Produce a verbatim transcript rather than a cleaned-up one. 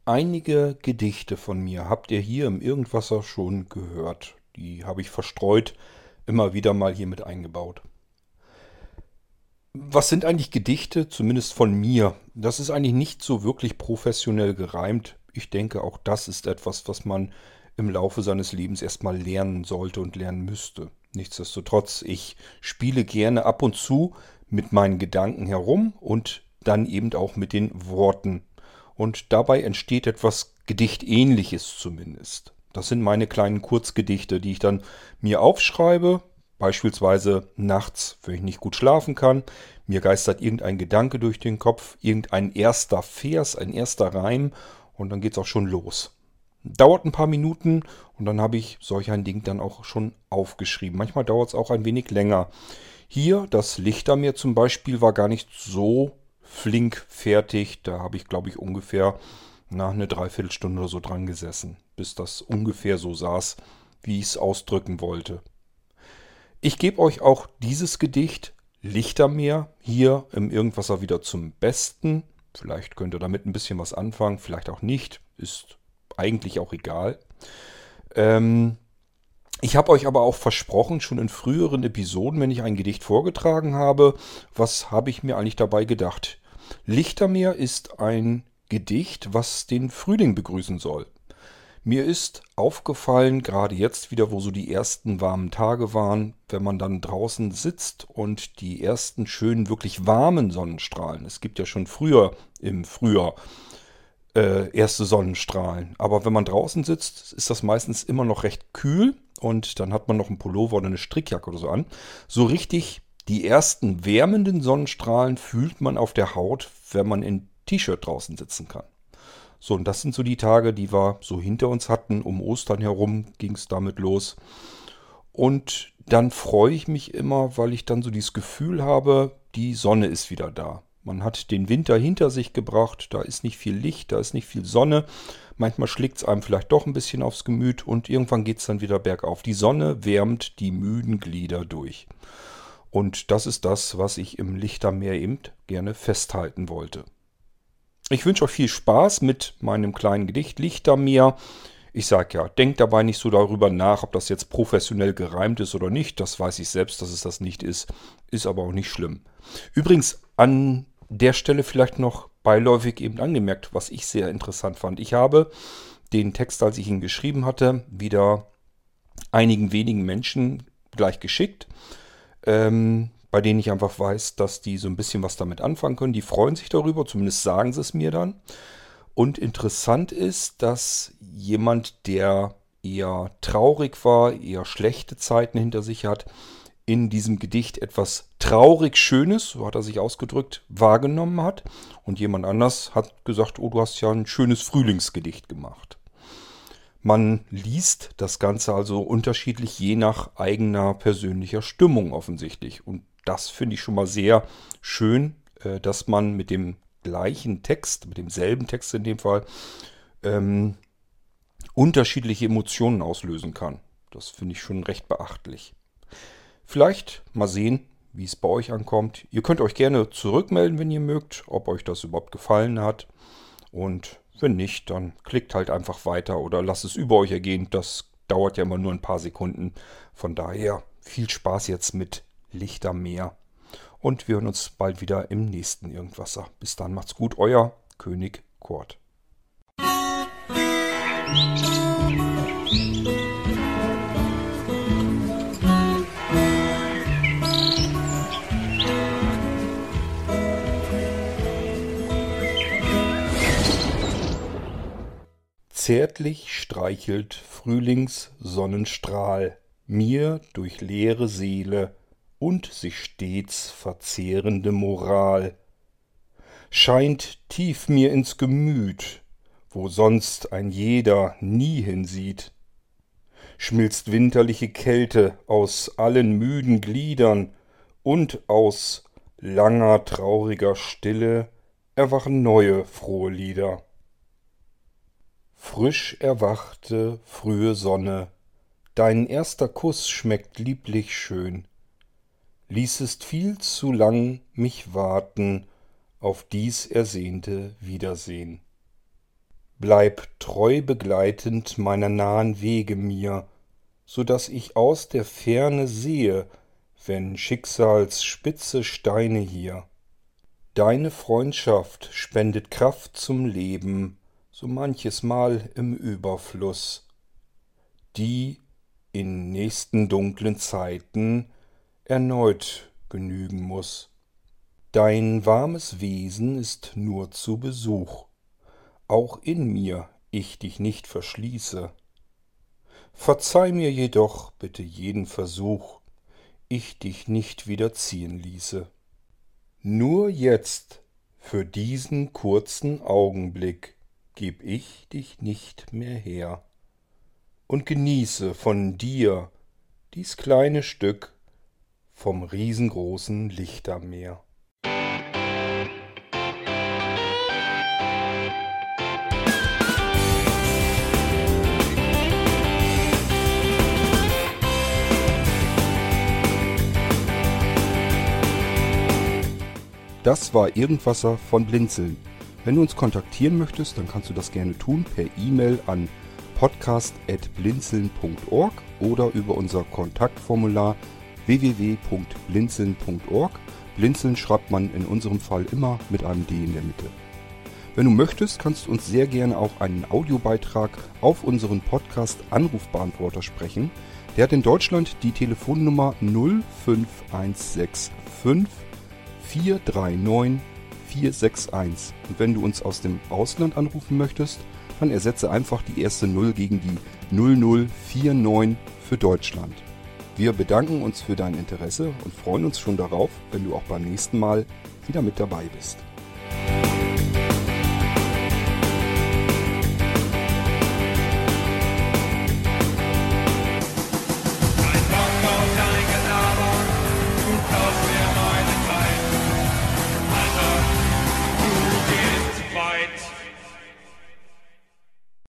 Einige Gedichte von mir habt ihr hier im Irgendwasser schon gehört. Die habe ich verstreut immer wieder mal hier mit eingebaut. Was sind eigentlich Gedichte, zumindest von mir? Das ist eigentlich nicht so wirklich professionell gereimt. Ich denke, auch das ist etwas, was man im Laufe seines Lebens erstmal lernen sollte und lernen müsste. Nichtsdestotrotz, ich spiele gerne ab und zu mit meinen Gedanken herum und dann eben auch mit den Worten. Und dabei entsteht etwas Gedichtähnliches zumindest. Das sind meine kleinen Kurzgedichte, die ich dann mir aufschreibe, beispielsweise nachts, wenn ich nicht gut schlafen kann. Mir geistert irgendein Gedanke durch den Kopf, irgendein erster Vers, ein erster Reim und dann geht's auch schon los. Dauert ein paar Minuten und dann habe ich solch ein Ding dann auch schon aufgeschrieben. Manchmal dauert es auch ein wenig länger. Hier, das Lichtermeer zum Beispiel, war gar nicht so flink fertig. Da habe ich, glaube ich, ungefähr nach eine Dreiviertelstunde oder so dran gesessen, bis das ungefähr so saß, wie ich es ausdrücken wollte. Ich gebe euch auch dieses Gedicht Lichtermeer hier im Irgendwasser wieder zum Besten. Vielleicht könnt ihr damit ein bisschen was anfangen, vielleicht auch nicht. Ist eigentlich auch egal. Ähm, ich habe euch aber auch versprochen, schon in früheren Episoden, wenn ich ein Gedicht vorgetragen habe, was habe ich mir eigentlich dabei gedacht? Lichtermeer ist ein Gedicht, was den Frühling begrüßen soll. Mir ist aufgefallen, gerade jetzt wieder, wo so die ersten warmen Tage waren, wenn man dann draußen sitzt und die ersten schönen, wirklich warmen Sonnenstrahlen. Es gibt ja schon früher im Frühjahr äh, erste Sonnenstrahlen. Aber wenn man draußen sitzt, ist das meistens immer noch recht kühl und dann hat man noch einen Pullover oder eine Strickjacke oder so an. So richtig die ersten wärmenden Sonnenstrahlen fühlt man auf der Haut, wenn man in T-Shirt draußen sitzen kann. So, und das sind so die Tage, die wir so hinter uns hatten. Um Ostern herum ging es damit los. Und dann freue ich mich immer, weil ich dann so dieses Gefühl habe, die Sonne ist wieder da. Man hat den Winter hinter sich gebracht, da ist nicht viel Licht, da ist nicht viel Sonne. Manchmal schlägt es einem vielleicht doch ein bisschen aufs Gemüt und irgendwann geht es dann wieder bergauf. Die Sonne wärmt die müden Glieder durch. Und das ist das, was ich im Lichtermeer eben gerne festhalten wollte. Ich wünsche euch viel Spaß mit meinem kleinen Gedicht Lichtermeer. Ich sage ja, denkt dabei nicht so darüber nach, ob das jetzt professionell gereimt ist oder nicht. Das weiß ich selbst, dass es das nicht ist. Ist aber auch nicht schlimm. Übrigens, an der Stelle vielleicht noch beiläufig eben angemerkt, was ich sehr interessant fand. Ich habe den Text, als ich ihn geschrieben hatte, wieder einigen wenigen Menschen gleich geschickt. Ähm, bei denen ich einfach weiß, dass die so ein bisschen was damit anfangen können. Die freuen sich darüber, zumindest sagen sie es mir dann. Und interessant ist, dass jemand, der eher traurig war, eher schlechte Zeiten hinter sich hat, in diesem Gedicht etwas traurig Schönes, so hat er sich ausgedrückt, wahrgenommen hat. Und jemand anders hat gesagt, oh, du hast ja ein schönes Frühlingsgedicht gemacht. Man liest das Ganze also unterschiedlich, je nach eigener persönlicher Stimmung offensichtlich. Und das finde ich schon mal sehr schön, äh, dass man mit dem gleichen Text, mit demselben Text in dem Fall, ähm, unterschiedliche Emotionen auslösen kann. Das finde ich schon recht beachtlich. Vielleicht mal sehen, wie es bei euch ankommt. Ihr könnt euch gerne zurückmelden, wenn ihr mögt, ob euch das überhaupt gefallen hat. Und wenn nicht, dann klickt halt einfach weiter oder lasst es über euch ergehen. Das dauert ja immer nur ein paar Sekunden. Von daher viel Spaß jetzt mit Lichtermeer. Und wir hören uns bald wieder im nächsten Irgendwasser. Bis dann, macht's gut, euer König Kurt. Zärtlich streichelt Frühlingssonnenstrahl mir durch leere Seele und sich stets verzehrende Moral. Scheint tief mir ins Gemüt, wo sonst ein jeder nie hinsieht. Schmilzt winterliche Kälte aus allen müden Gliedern und aus langer trauriger Stille erwachen neue frohe Lieder. Frisch erwachte frühe Sonne, dein erster Kuss schmeckt lieblich schön. Ließest viel zu lang mich warten auf dies ersehnte Wiedersehen. Bleib treu begleitend meiner nahen Wege mir, so daß ich aus der Ferne sehe, wenn Schicksals spitze Steine hier. Deine Freundschaft spendet Kraft zum Leben, so manches Mal im Überfluss, die in nächsten dunklen Zeiten erneut genügen muß. Dein warmes Wesen ist nur zu Besuch, auch in mir ich dich nicht verschließe. Verzeih mir jedoch bitte jeden Versuch, ich dich nicht wiederziehen ließe. Nur jetzt, für diesen kurzen Augenblick, geb ich dich nicht mehr her und genieße von dir dies kleine Stück vom riesengroßen Lichtermeer. Das war Irgendwasser von Blinzeln. Wenn du uns kontaktieren möchtest, dann kannst du das gerne tun per E-Mail an podcast at blinzeln punkt org oder über unser Kontaktformular w w w punkt blinzeln punkt org. Blinzeln schreibt man in unserem Fall immer mit einem D in der Mitte. Wenn du möchtest, kannst du uns sehr gerne auch einen Audiobeitrag auf unseren Podcast-Anrufbeantworter sprechen. Der hat in Deutschland die Telefonnummer null fünf eins sechs fünf vier drei neun vier sechs eins. Und wenn du uns aus dem Ausland anrufen möchtest, dann ersetze einfach die erste null gegen die null null vier neun für Deutschland. Wir bedanken uns für dein Interesse und freuen uns schon darauf, wenn du auch beim nächsten Mal wieder mit dabei bist.